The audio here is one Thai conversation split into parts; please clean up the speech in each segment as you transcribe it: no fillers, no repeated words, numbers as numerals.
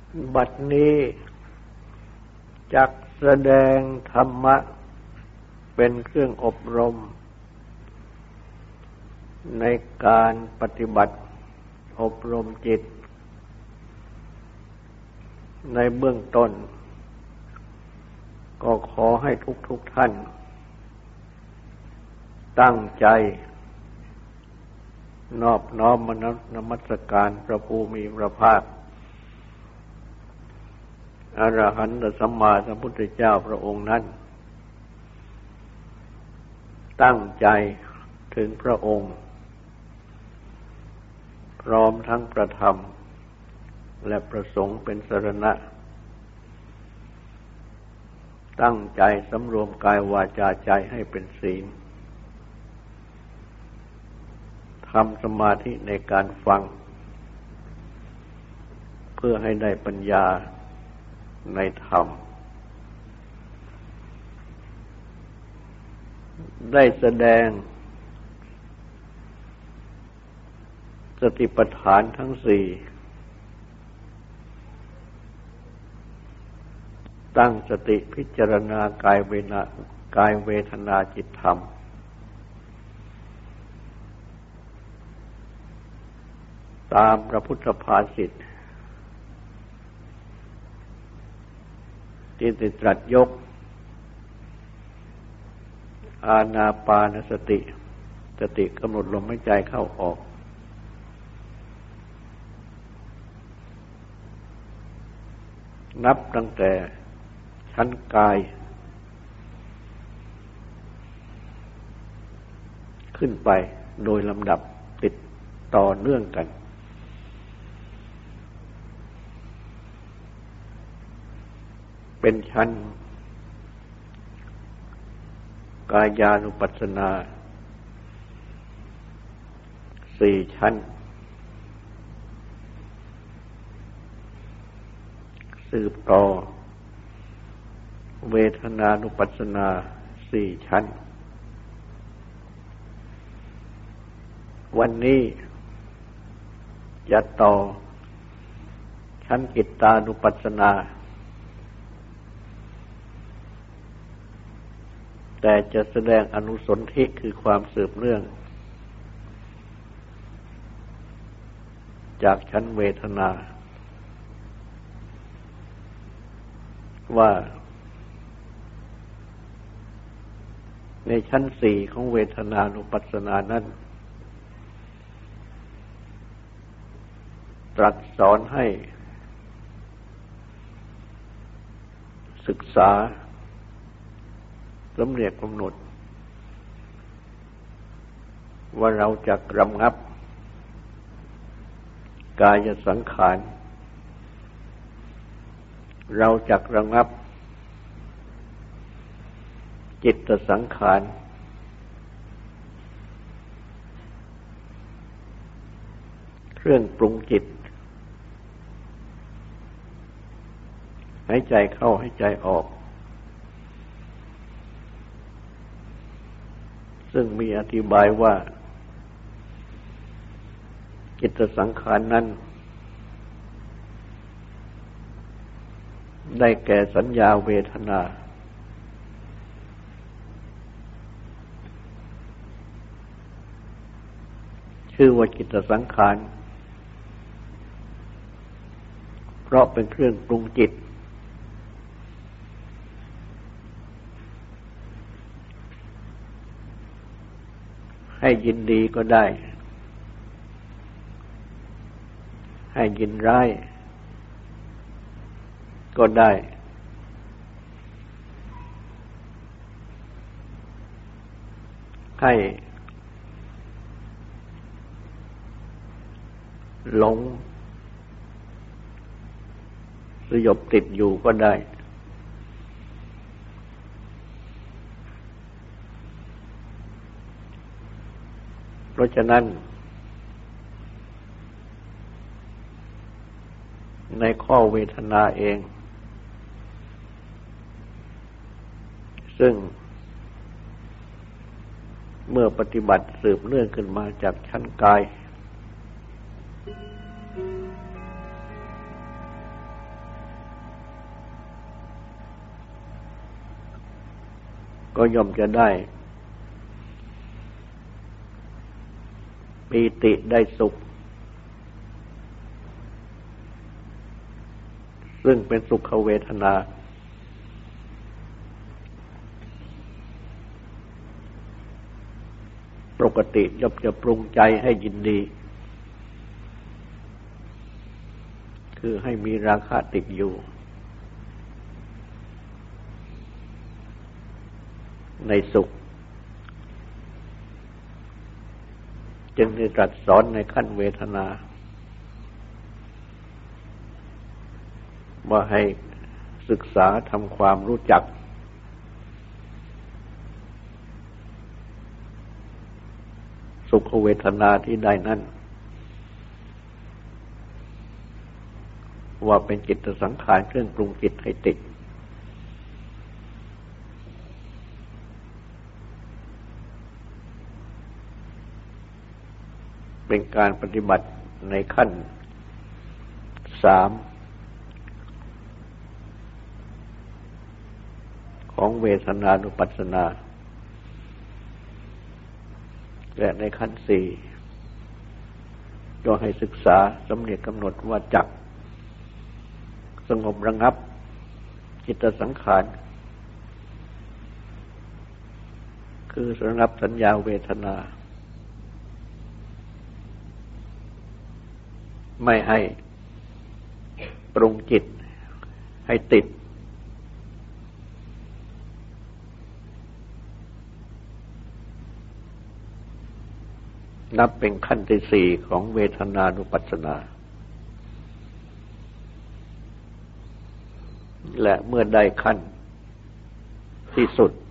บัดนี้จักแสดงธรรมะเป็นเครื่องอบรมในการปฏิบัติอบรมจิตในเบื้องต้นก็ขอให้ทุกท่านตั้งใจนอบน้อมนมัสการพระผู้มีพระภาคอรหันตสัมมาสัมพุทธเจ้าพระองค์นั้นตั้งใจถึงพระองค์พร้อมทั้งประธรรมและประสงค์เป็นสรณะตั้งใจสำรวมกายวาจาใจให้เป็นศีลทำสมาธิในการฟังเพื่อให้ได้ปัญญาในธรรมได้แสดงสติปัฏฐานทั้งสี่ตั้งสติพิจารณากายเวทนาจิตธรรมตามพระพุทธภาษิตที่ตรัสยกอานาปานสติกำหนดลมหายใจเข้าออกนับตั้งแต่ชั้นกายขึ้นไปโดยลำดับติดต่อเนื่องกันเป็นชั้นกายานุปัสสนาสี่ชั้นสืบต่อเวทนานุปัสสนาสี่ชั้นวันนี้จะต่อชั้นจิตตานุปัสสนาแต่จะแสดงอนุสนธิคือความสืบเนื่องจากชั้นเวทนาว่าในชั้นสี่ของเวทนานุปัสสนานั้นตรัสสอนให้ศึกษาสำเนียกกำหนดว่าเราจะระงับกายสังขารเราจะระงับจิตสังขารเครื่องปรุงจิตหายใจเข้าหายใจออกซึ่งมีอธิบายว่าจิตสังขารนั้นได้แก่สัญญาเวทนาชื่อว่าจิตสังขารเพราะเป็นเครื่องปรุงจิตให้ยินดีก็ได้ให้ยินร้ายก็ได้ให้หลงสยบติดอยู่ก็ได้เพราะฉะนั้นในข้อเวทนาเองซึ่งเมื่อปฏิบัติสืบเนื่องขึ้นมาจากชั้นกายก็ย่อมจะได้ปีติได้สุขซึ่งเป็นสุขเวทนาปกติย่อมจะปรุงใจให้ยินดีคือให้มีราคะติดอยู่ในสุขจึงได้ตรัสสอนในขั้นเวทนาว่าให้ศึกษาทำความรู้จักสุขเวทนาที่ได้นั้นว่าเป็นจิตสังขารเครื่องปรุงจิตให้ติดเป็นการปฏิบัติในขั้น3ของเวทนานุปัสสนาและในขั้น4ก็ให้ศึกษาสำเนียกกำหนดว่าจักสงบระงับจิตสังขารคือระงับสัญญาเวทนาไม่ให้ปรุงจิตให้ติดนับเป็นขั้นที่4ของเวทนานุปัสสนาและเมื่อได้ขั้นที่สุด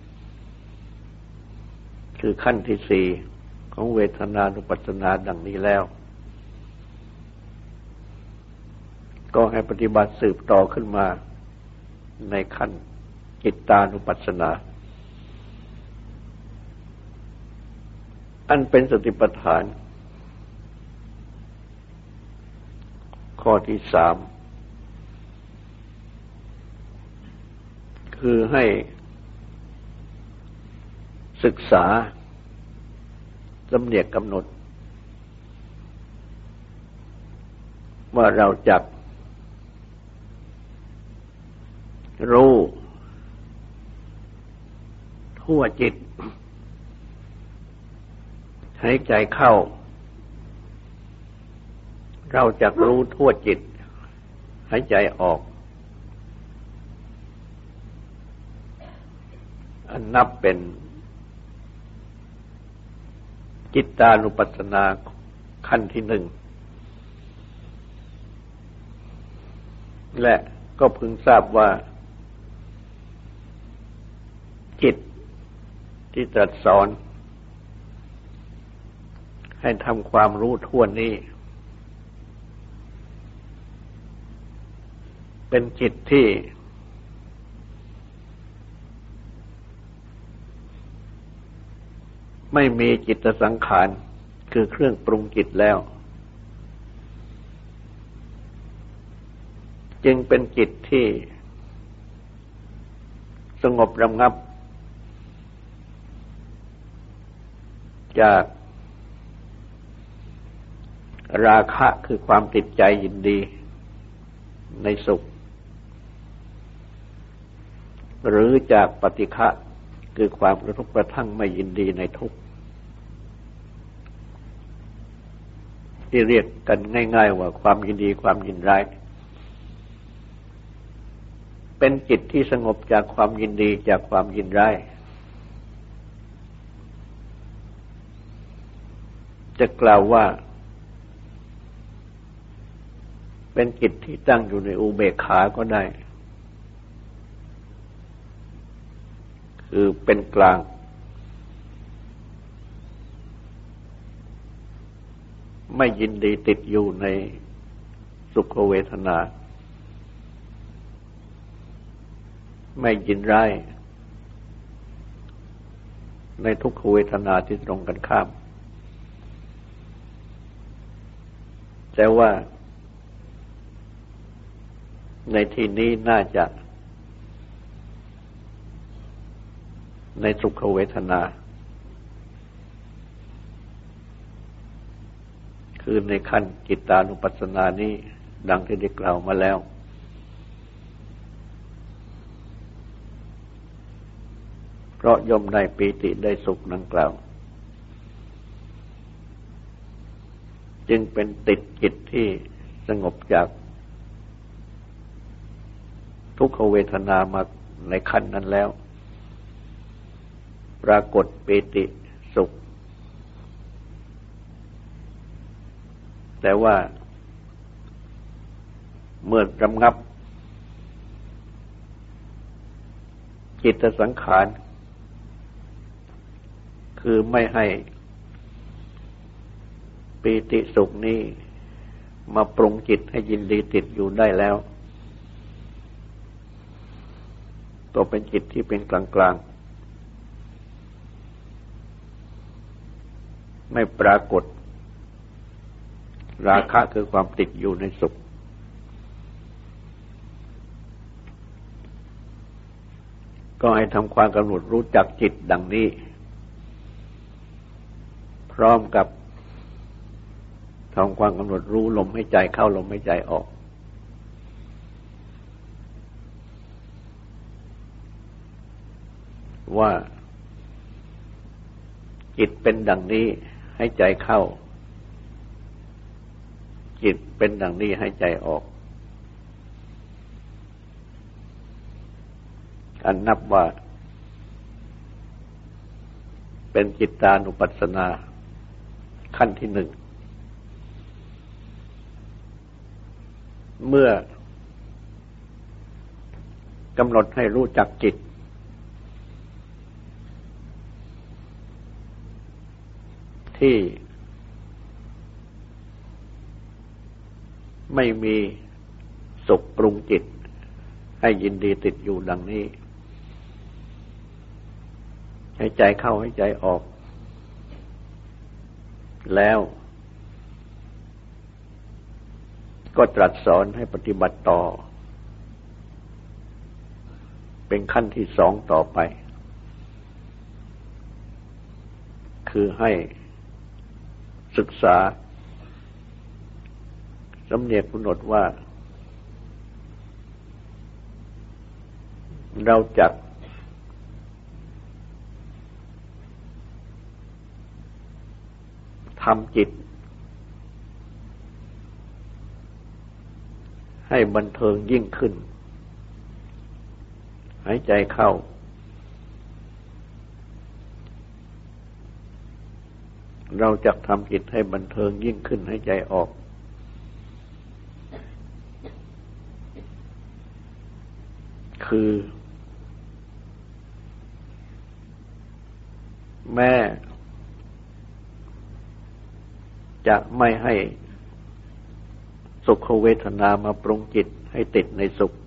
คือขั้นที่4ของเวทนานุปัสสนาดังนี้แล้วก็ให้ปฏิบัติสืบต่อขึ้นมาในขั้นจิตตานุปัสสนาอันเป็นสติปัฏฐานข้อที่3คือให้ศึกษาสำเนียกกำหนดว่าเราจักรู้ทั่วจิตหายใจเข้าเราจักรู้ทั่วจิตหายใจออกอันนับเป็นจิตตานุปัสสนาขั้นที่1และก็พึงทราบว่าจิตที่ตรัสสอนให้ทำความรู้ทั่วนี้เป็นจิตที่ไม่มีจิตสังขารคือเครื่องปรุงจิตแล้วจึงเป็นจิตที่สงบระงับจากราคะคือความติดใจยินดีในสุขหรือจากปฏิฆะคือความกระทบกระทั่งไม่ยินดีในทุกข์ที่เรียกกันง่ายๆว่าความยินดีความยินร้ายเป็นจิตที่สงบจากความยินดีจากความยินร้ายจะกล่าวว่าเป็นจิตที่ตั้งอยู่ในอุเบกขาก็ได้คือเป็นกลางไม่ยินดีติดอยู่ในสุขเวทนาไม่ยินร้ายในทุกขเวทนาที่ตรงกันข้ามแต่ว่าในที่นี้น่าจะในสุขเวทนาคือในขั้นจิตตานุปัสสนานี้ดังที่ได้กล่าวมาแล้วเพราะย่อมได้ปีติได้สุขดังกล่าวจึงเป็นติดจิตที่สงบจากทุกขเวทนามาในขั้นนั้นแล้วปรากฏปีติสุขแต่ว่าเมื่อรำงับจิตสังขารคือไม่ให้ปีติสุขนี้มาปรุงจิตให้ยินดีติดอยู่ได้แล้วก็เป็นจิตที่เป็นกลางๆไม่ปรากฏราคะคือความติดอยู่ในสุขก็ให้ทำความกำหนดรู้จักจิตดังนี้พร้อมกับทำความกำหนดรู้ลมให้ใจเข้าลมให้ใจออกว่าจิตเป็นดังนี้ให้ใจเข้าจิตเป็นดังนี้ให้ใจออกอันนับว่าเป็นจิตตานุปัสสนาขั้นที่หนึ่งเมื่อกำหนดให้รู้จักจิตที่ไม่มีสุขปรุงจิตให้ยินดีติดอยู่ดังนี้ให้ใจเข้าให้ใจออกแล้วก็ตรัสสอนให้ปฏิบัติต่อเป็นขั้นที่สองต่อไปคือให้ศึกษาสำเนียกกำหนดว่าเราจักทำจิตให้บันเทิงยิ่งขึ้นหายใจเข้าเราจักทำจิตให้บันเทิงยิ่งขึ้นหายใจออกคือแม้จะไม่ให้สุขเวทนามาปรุงจิตให้ติดในสุข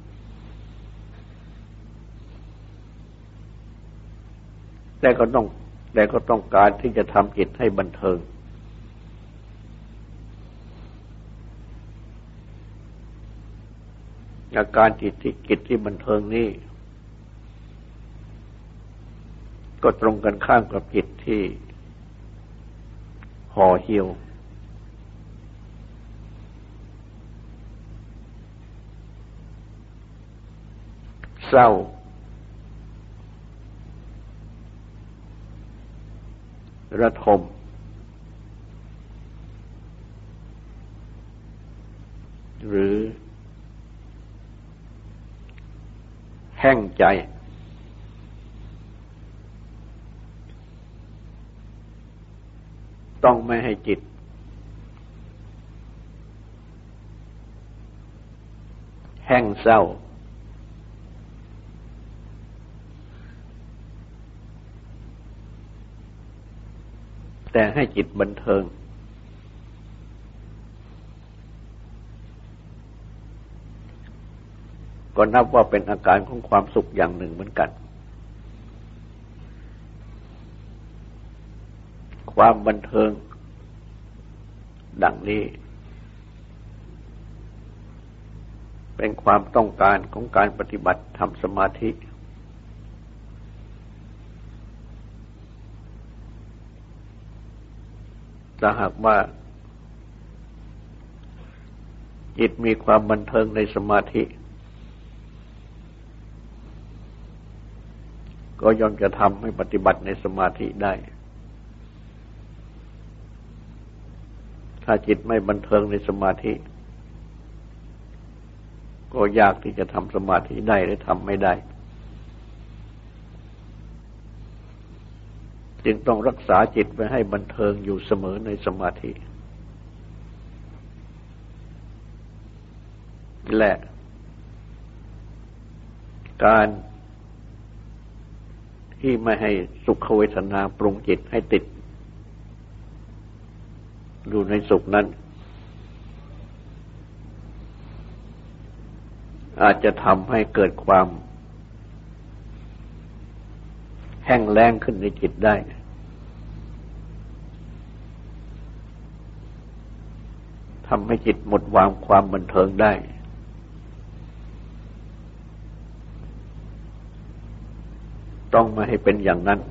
แต่ก็ต้องการที่จะทำจิตให้บันเทิงอาการจิตที่บันเทิงนี้ก็ตรงกันข้ามกับจิตที่ห่อเหี่ยวเศร้าระทมหรือแห้งใจต้องไม่ให้จิตแห้งเศร้าแต่ให้จิตบันเทิงก็นับว่าเป็นอาการของความสุขอย่างหนึ่งเหมือนกันความบันเทิงดังนี้เป็นความต้องการของการปฏิบัติทำสมาธิถ้าหากว่าจิตมีความบันเทิงในสมาธิก็ย่อมจะทำให้ปฏิบัติในสมาธิได้ถ้าจิตไม่บันเทิงในสมาธิก็ยากที่จะทำสมาธิได้หรือทำไม่ได้จึงต้องรักษาจิตไว้ให้บันเทิงอยู่เสมอในสมาธิและการที่ไม่ให้สุขเวทนาปรุงจิตให้ติดอยู่ในสุขนั้นอาจจะทำให้เกิดความแห้งแล้งขึ้นในจิตได้ทำให้จิตหมดวางความบันเทิงได้ต้องไม่ให้เป็นอย่างนั้น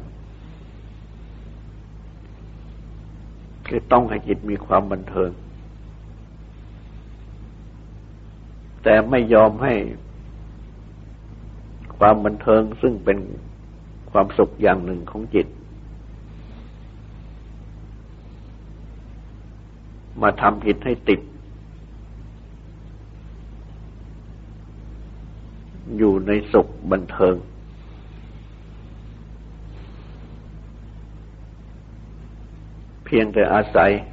คือต้องให้จิตมีความบันเทิงแต่ไม่ยอมให้ความบันเทิงซึ่งเป็นความสุขอย่างหนึ่งของจิตมาทำจิตให้ติดอยู่ในสุขบันเทิงเพียงแต่อาศัย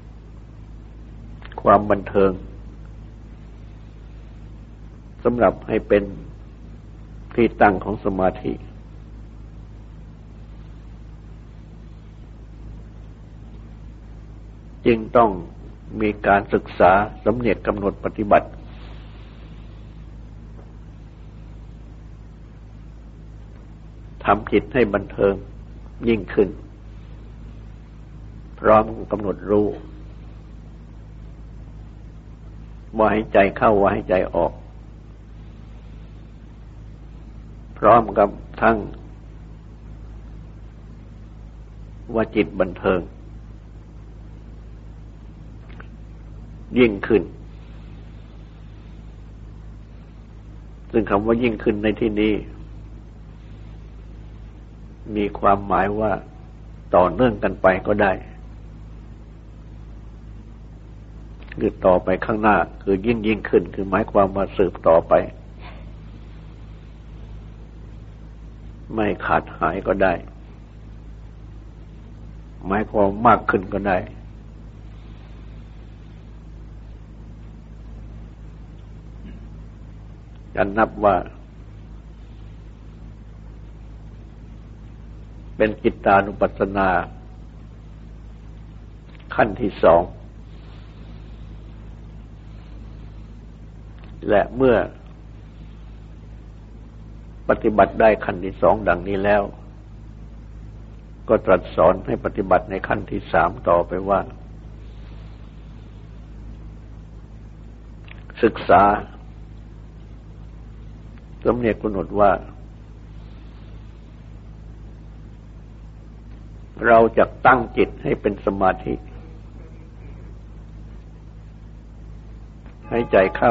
ความบันเทิงสำหรับให้เป็นที่ตั้งของสมาธิจึงต้องมีการศึกษาสำเนียกกำหนดปฏิบัติทำจิตให้บันเทิงยิ่งขึ้นพร้อมกำหนดรู้ว่าให้ใจเข้าว่าให้ใจออกพร้อมกับทั้งว่าจิตบันเทิงยิ่งขึ้นซึ่งคำว่ายิ่งขึ้นในที่นี้มีความหมายว่าต่อเนื่องกันไปก็ได้คือต่อไปข้างหน้าคือยิ่งขึ้นคือหมายความว่าสืบต่อไปไม่ขาดหายก็ได้หมายความมากขึ้นก็ได้จะนับว่าเป็นจิตตานุปัสสนาขั้นที่สองและเมื่อปฏิบัติได้ขั้นที่สองดังนี้แล้วก็ตรัสสอนให้ปฏิบัติในขั้นที่สามต่อไปว่าศึกษาสำเนียกกำหนดว่าเราจะตั้งจิตให้เป็นสมาธิให้ใจเข้า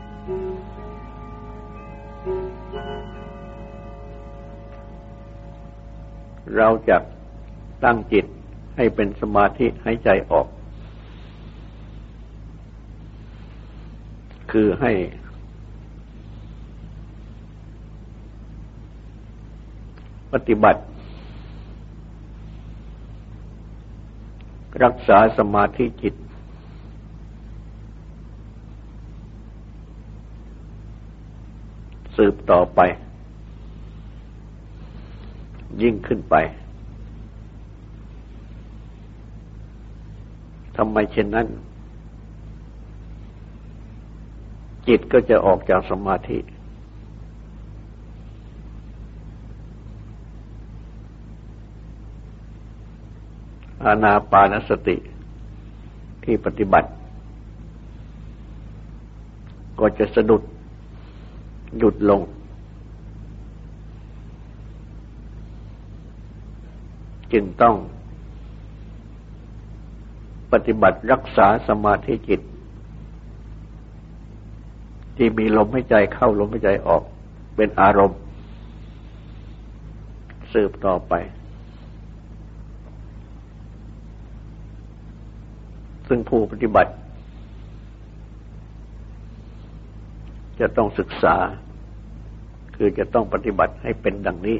เราจะตั้งจิตให้เป็นสมาธิให้ใจออกคือให้ปฏิบัติรักษาสมาธิจิตสืบต่อไปยิ่งขึ้นไปทำไมเช่นนั้นจิตก็จะออกจากสมาธิอานาปานสติที่ปฏิบัติก็จะสะดุดหยุดลงจึงต้องปฏิบัติรักษาสมาธิจิตที่มีลมหายใจเข้าลมหายใจออกเป็นอารมณ์สืบต่อไปซึ่งผู้ปฏิบัติจะต้องศึกษาคือจะต้องปฏิบัติให้เป็นดังนี้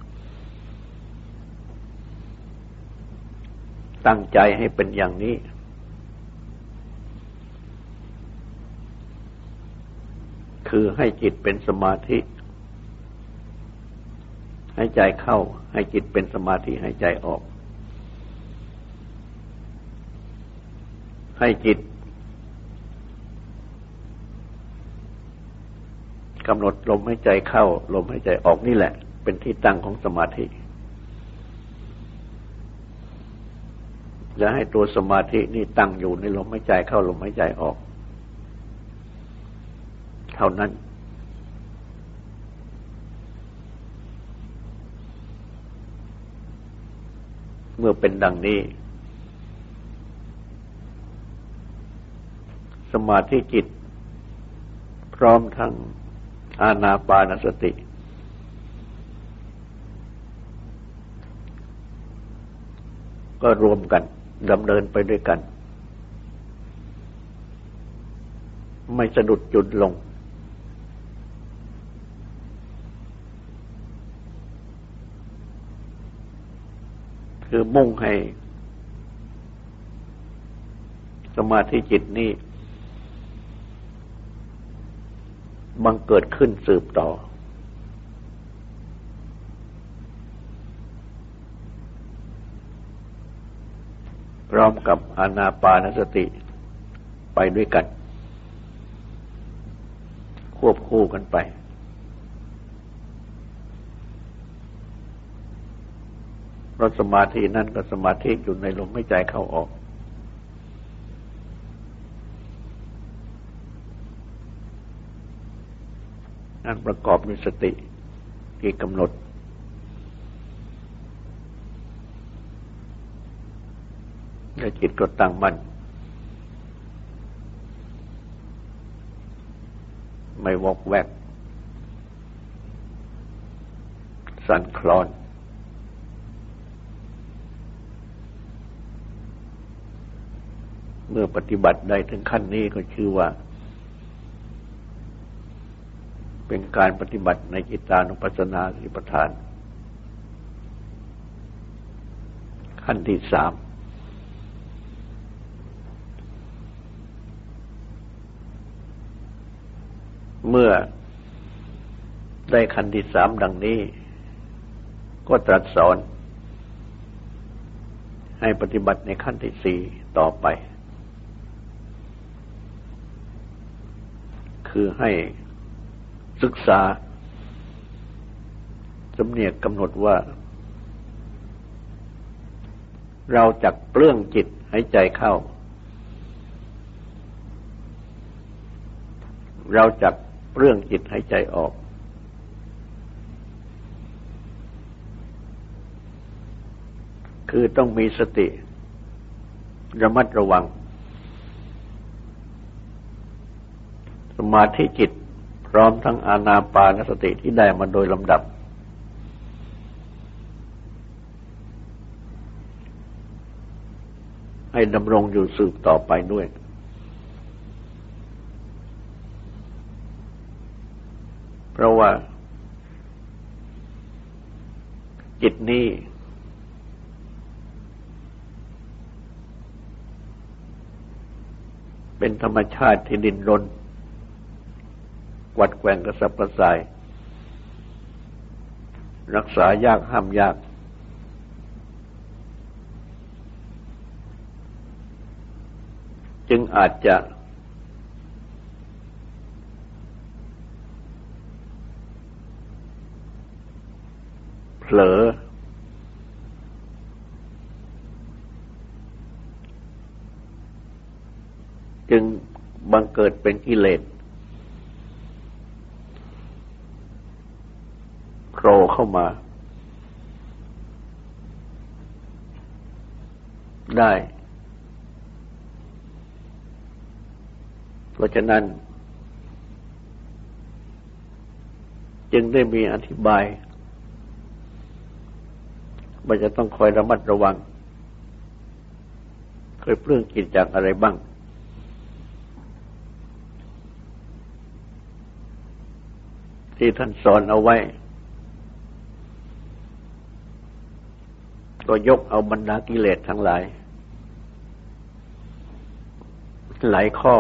ตั้งใจให้เป็นอย่างนี้คือให้จิตเป็นสมาธิให้ใจเข้าให้จิตเป็นสมาธิให้ใจออกให้จิตกำหนดลมหายใจเข้าลมหายใจออกนี่แหละเป็นที่ตั้งของสมาธิจะให้ตัวสมาธินี่ตั้งอยู่ในลมหายใจเข้าลมหายใจออกเท่านั้นเมื่อเป็นดังนี้สมาธิจิตพร้อมทั้งอานาปานสติก็รวมกันดำเนินไปด้วยกันไม่สะดุดหยุดลงคือมุ่งให้สมาธิจิตนี้บังเกิดขึ้นสืบต่อพร้อมกับอานาปานสติไปด้วยกันควบคู่กันไปเพราะสมาธินั่นก็สมาธิอยู่ในลมหายใจเข้าออกนั่นประกอบด้วยสติที่กำหนดและจิตก็ตั้งมั่นไม่วอกแวกสั่นคลอนเมื่อปฏิบัติได้ถึงขั้นนี้ก็ชื่อว่าเป็นการปฏิบัติในจิตานุปัสสนาสติปัฏฐานขั้นที่สามเมื่อได้ขั้นที่สามดังนี้ก็ตรัสสอนให้ปฏิบัติในขั้นที่สี่ต่อไปคือให้ศึกษาสำเนียกกำหนดว่าเราจักเปลื้องจิตให้ใจเข้าเราจักเปลื้องจิตให้ใจออกคือต้องมีสติระมัดระวังสมาธิจิตพร้อมทั้งอานาปานสติที่ได้มาโดยลำดับให้ดำรงอยู่สืบต่อไปด้วยเพราะว่าจิตนี้เป็นธรรมชาติที่ดิ้นรนกวัดแกว่งกระสับกระส่ายรักษายากห้ามยากจึงอาจจะเผลอจึงบังเกิดเป็นกิเลสโผล่เข้ามาได้เพราะฉะนั้นจึงได้มีอธิบายว่าจะต้องคอยระมัดระวังเคยเปลื้องจิตจากอะไรบ้างที่ท่านสอนเอาไว้ก็ยกเอาบรรดากิเลสทั้งหลายหลายข้อ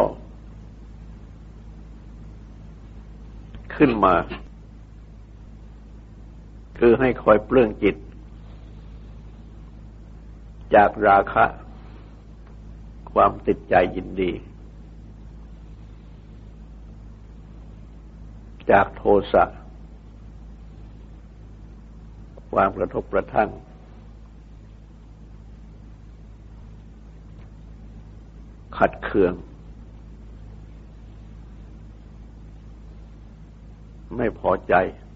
ขึ้นมาคือให้คอยเปลื้องจิตจากราคะความติดใจยินดีจากโทสะความกระทบกระทั่งขัดเคืองไม่พอใจ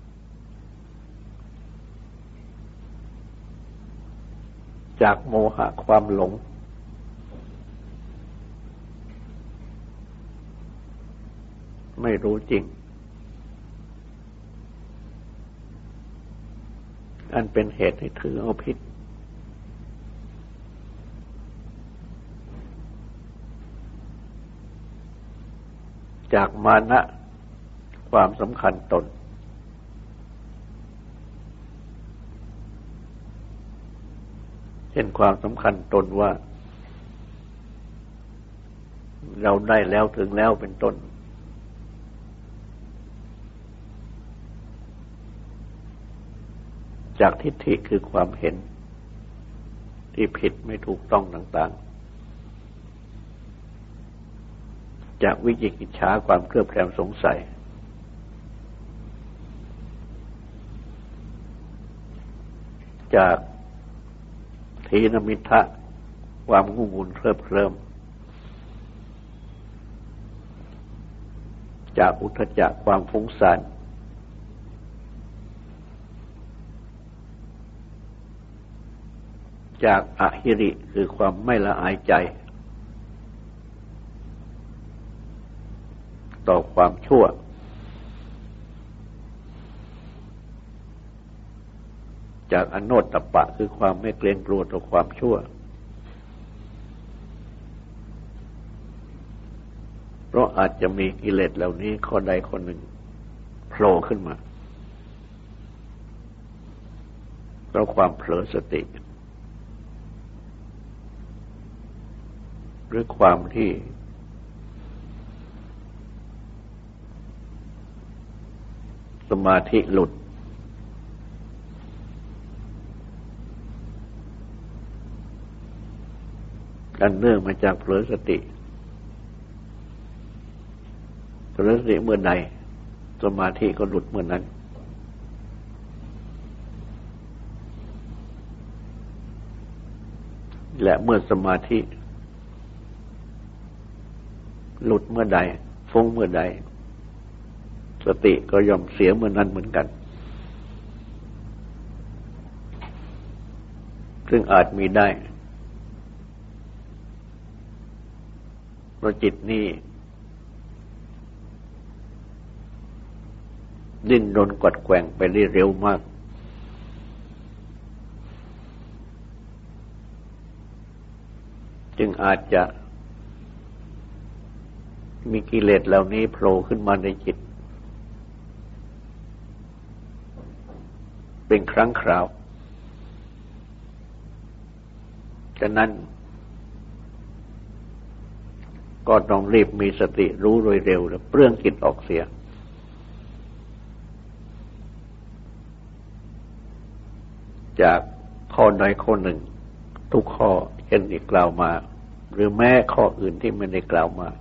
จากโมหะความหลงไม่รู้จริงอันเป็นเหตุให้ถือเอาผิดจากมานะความสำคัญตนเช่นความสำคัญตนว่าเราได้แล้วถึงแล้วเป็นต้นจากทิฏฐิคือความเห็นที่ผิดไม่ถูกต้องต่างๆจากวิจิกิจฉาความเคลือบแคลงสงสัยจากทีนมิทธะความงุ่นงุนเคลิบเคลิ้มจากอุทธัจจะความฟุ้งซ่านจากอหิริคือความไม่ละอายใจต่อความชั่วจากอโนตตัปปะคือความไม่เกรงกลัวต่อความชั่วเพราะอาจจะมีกิเลสเหล่านี้ข้อใดข้อหนึ่งโผล่ขึ้นมาเพราะความเผลอสติหรือความที่สมาธิหลุดอันเนื่องมาจากเผลอสติเผลอสติเมื่อใดสมาธิก็หลุดเมื่อนั้นและเมื่อสมาธิหลุดเมื่อใดฟุ้งเมื่อใดสติก็ย่อมเสียเมื่อนั้นเหมือนกันซึ่งอาจมีได้เพราะจิตนี้ดิ้นรนกวัดแกว่งไปได้เร็วมากจึงอาจจะมีกิเลสเหล่านี้โผล่ขึ้นมาในจิตเป็นครั้งคราวฉะนั้นก็ต้องรีบมีสติรู้โดยเร็วและเปลื้องจิตออกเสียจากข้อใดข้อหนึ่งทุกข้อเช่นที่กล่าวมาหรือแม้ข้ออื่นที่ไม่ได้กล่าวมา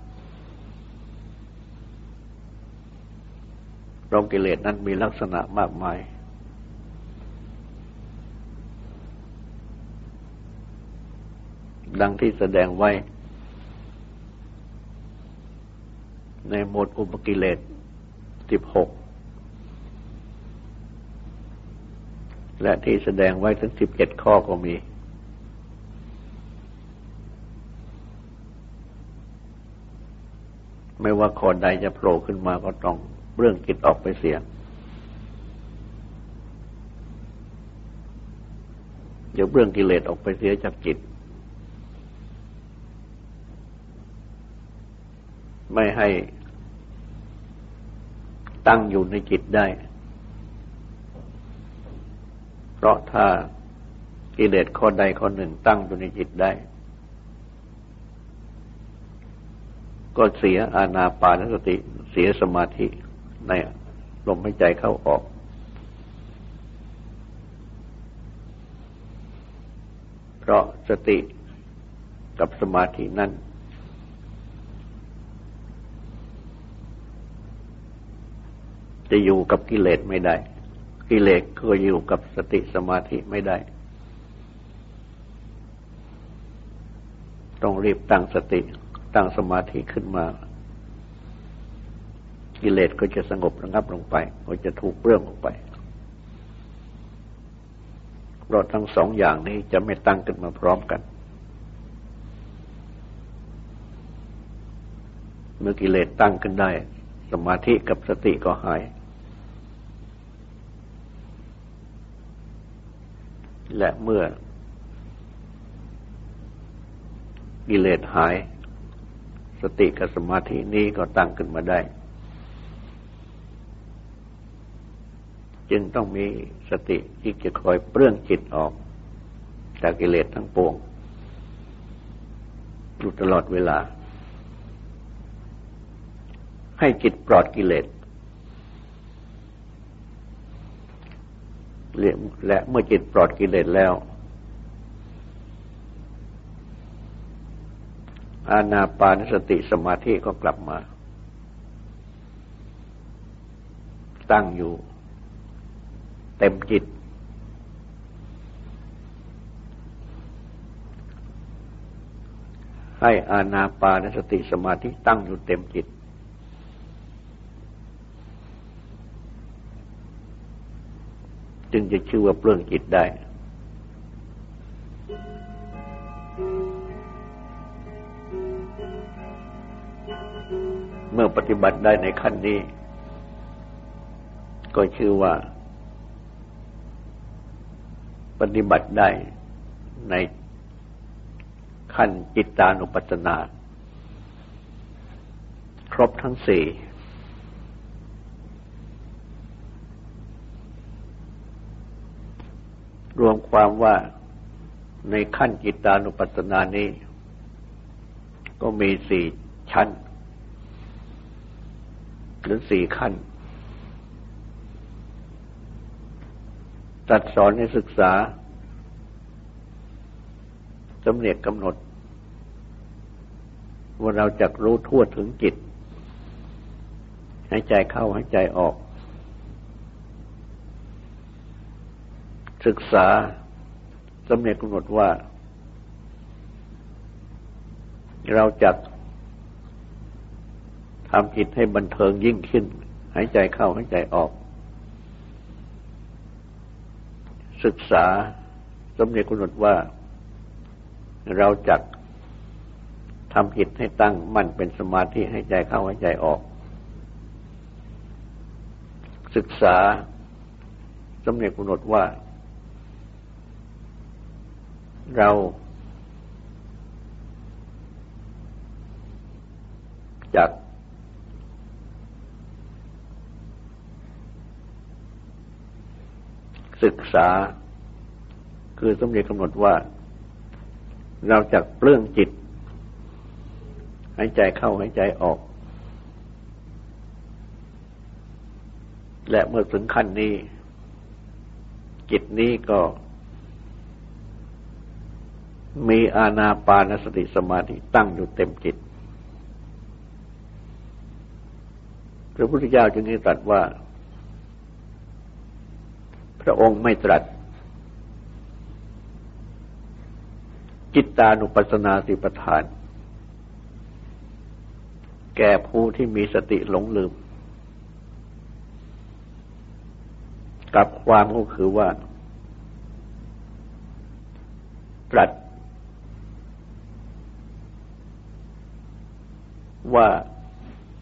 เพราะกิเลสนั้นมีลักษณะมากมายดังที่แสดงไว้ในหมวดอุปกิเลส 16และที่แสดงไว้ถึง17ข้อก็มีไม่ว่าข้อใดจะโผล่ขึ้นมาก็ต้องเรื่องจิตออกไปเสียเดี๋ยวเรื่องกิเลสออกไปเสียจากจิตไม่ให้ตั้งอยู่ในจิตได้เพราะถ้ากิเลสข้อใดข้อหนึ่งตั้งอยู่ในจิตได้ก็เสียอานาปานสติเสียสมาธิในลมหายใจเข้าออกเพราะสติกับสมาธินั้นจะอยู่กับกิเลสไม่ได้กิเลสก็อยู่กับสติสมาธิไม่ได้ต้องรีบตั้งสติตั้งสมาธิขึ้นมากิเลสก็จะสงบระงับลงไปก็จะถูกเปลื้องออกไปเพราะทั้งสองอย่างนี้จะไม่ตั้งขึ้นมาพร้อมกันเมื่อกิเลสตั้งขึ้นได้สมาธิกับสติก็หายและเมื่อกิเลสหายสติกับสมาธินี้ก็ตั้งขึ้นมาได้จึงต้องมีสติที่จะคอยเปลื้องจิตออกจากกิเลสทั้งปวงอยู่ตลอดเวลาให้จิตปลอดกิเลสและเมื่อจิตปลอดกิเลสแล้วอานาปานสติสมาธิก็กลับมาตั้งอยู่เต็มจิตให้อานาปานสติสมาธิตั้งอยู่เต็มจิตจึงจะชื่อว่าเปลื้องจิตได้เมื่อปฏิบัติได้ในขั้นนี้ก็ชื่อว่าปฏิบัติได้ในขั้นจิตตานุปัสสนาครบทั้งสี่รวมความว่าในขั้นจิตตานุปัสสนานี้ก็มีสี่ชั้นหรือสี่ขั้นตรัสสอนให้ศึกษาสำเนียกกำหนดว่าเราจักรู้ทั่วถึงจิตหายใจเข้าหายใจออกศึกษาสำเนียกกำหนดว่าเราจักทำจิตให้บันเทิงยิ่งขึ้นหายใจเข้าหายใจออกศึกษาสำเนียกกำหนดว่าเราจักทำจิตให้ตั้งมั่นเป็นสมาธิให้ใจเข้าให้ใจออกศึกษาสำเนียกกำหนดว่าเราจักศึกษาคือสำเนียกกำหนดว่าเราจักเปลื้องจิตหายใจเข้าหายใจออกและเมื่อถึงขั้นนี้จิตนี้ก็มีอานาปานสติสมาธิตั้งอยู่เต็มจิตพระพุทธเจ้าจึงได้ตรัสว่าพระองค์ไม่ตรัสจิตตานุปัสสนาสิปทานแก่ผู้ที่มีสติหลงลืมกับความก็คือว่าตรัสว่า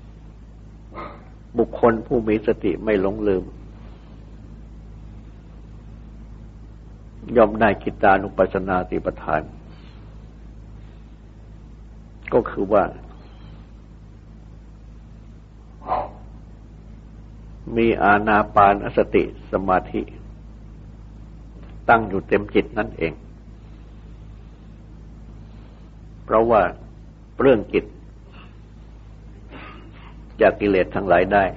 บุคคลผู้มีสติไม่หลงลืมย่อมได้จิตตานุปัสสนาสติปัฏฐานก็คือว่ามีอานาปานสติสมาธิตั้งอยู่เต็มจิตนั่นเองเพราะว่าเรื่องจิตจากกิเลสทั้งหลายได้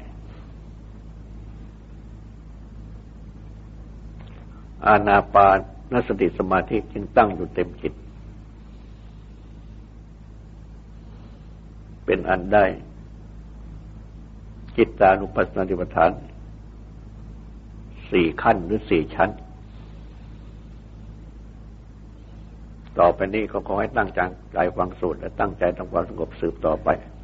อานาปานสติสมาธิจึงตั้งอยู่เต็มจิตเป็นอันได้จิตตานุปัสสนาสติปัฏฐาน4 ขั้นหรือ4 ชั้นต่อไปนี้ก็ขอให้ตั้งใจฟังสูตรและตั้งใจทำความสงบสืบต่อไป